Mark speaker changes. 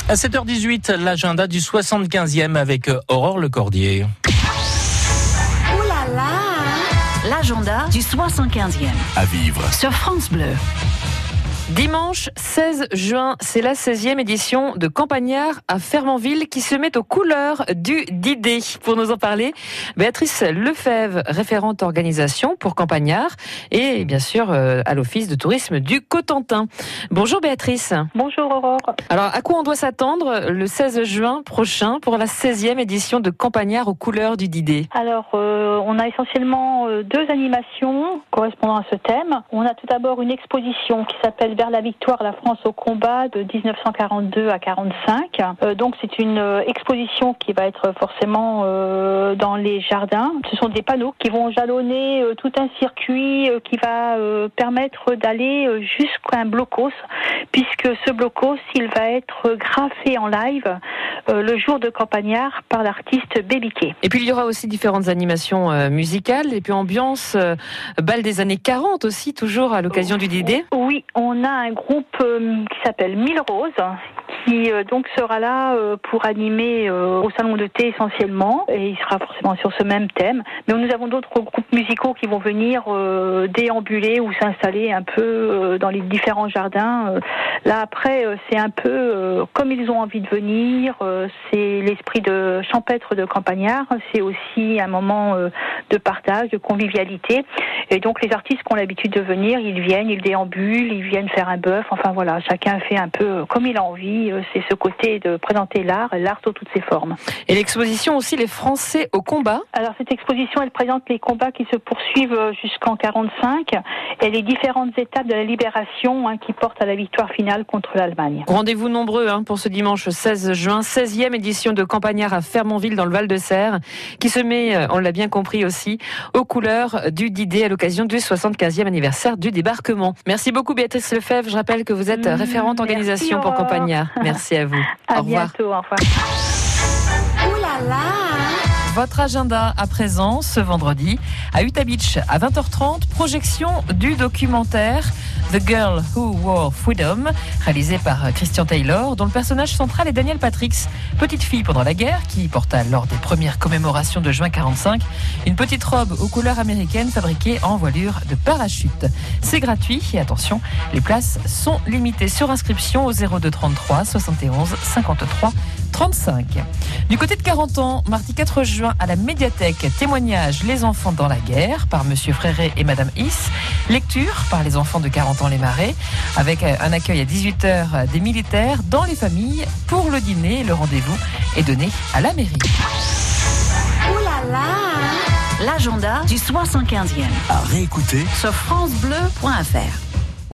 Speaker 1: À 7h18, l'agenda du 75e avec Aurore Lecordier.
Speaker 2: Ouh là là! L'agenda du 75e.
Speaker 3: À vivre
Speaker 2: sur France Bleu.
Speaker 4: Dimanche 16 juin, c'est la 16e édition de Campagnard à Fermanville qui se met aux couleurs du Didé. Pour nous en parler, Béatrice Lefebvre, référente organisation pour Campagnard et bien sûr à l'Office de tourisme du Cotentin. Bonjour Béatrice.
Speaker 5: Bonjour Aurore.
Speaker 4: Alors à quoi on doit s'attendre le 16 juin prochain pour la 16e édition de Campagnard aux couleurs du Didé?
Speaker 5: Alors on a essentiellement deux animations correspondant à ce thème. On a tout d'abord une exposition qui s'appelle Vers la victoire, la France au combat de 1942 à 45. Donc c'est une exposition qui va être forcément dans les jardins. Ce sont des panneaux qui vont jalonner tout un circuit qui va permettre d'aller jusqu'à un blocos, puisque ce blocos, il va être graffé en live le jour de Campagnard par l'artiste Bébiquet.
Speaker 4: Et puis il y aura aussi différentes animations musicales et puis ambiance bal des années 40 aussi, toujours à l'occasion du Didé.
Speaker 5: Oui, on a un groupe qui s'appelle Mille Roses qui donc sera là pour animer au salon de thé essentiellement, et il sera forcément sur ce même thème. Mais nous avons d'autres groupes musicaux qui vont venir déambuler ou s'installer un peu dans les différents jardins. Là après, c'est un peu comme ils ont envie de venir. C'est l'esprit de champêtre de Campagnard. C'est aussi un moment de partage, de convivialité. Et donc les artistes qui ont l'habitude de venir, ils viennent, ils déambulent, ils viennent faire un bœuf. Enfin voilà, chacun fait un peu comme il a envie. C'est ce côté de présenter l'art sous toutes ses formes.
Speaker 4: Et l'exposition aussi, les Français au combat.
Speaker 5: Alors cette exposition, elle présente les combats qui se poursuivent jusqu'en 45 et les différentes étapes de la libération qui portent à la victoire finale contre l'Allemagne.
Speaker 4: Rendez-vous nombreux pour ce dimanche 16 juin, 16e édition de Campagnard à Fermanville dans le Val-de-Serre, qui se met, on l'a bien compris aussi, aux couleurs du Didé à l'occasion du 75e anniversaire du débarquement. Merci beaucoup Béatrice Lefebvre. Je rappelle que vous êtes référente organisation pour Campagnard. Merci à vous.
Speaker 5: À
Speaker 4: au revoir.
Speaker 5: Bientôt, au revoir.
Speaker 2: Ouh là là!
Speaker 4: Votre agenda à présent, ce vendredi, à Utah Beach, à 20h30, projection du documentaire The Girl Who Wore Freedom, réalisé par Christian Taylor, dont le personnage central est Danielle Patrix, petite fille pendant la guerre, qui porta lors des premières commémorations de juin 45 une petite robe aux couleurs américaines fabriquée en voilure de parachute. C'est gratuit et attention, les places sont limitées. Sur inscription au 02 33 71 53 35. Du côté de 40 ans, mardi 4 juin à la médiathèque, témoignage Les enfants dans la guerre par Monsieur Fréré et Madame Is, lecture par les enfants de 40 ans les Marais, avec un accueil à 18h des militaires dans les familles pour le dîner. Le rendez-vous est donné à la mairie.
Speaker 2: Ouh là là! L'agenda du 75e.
Speaker 3: à réécouter
Speaker 2: sur francebleu.fr.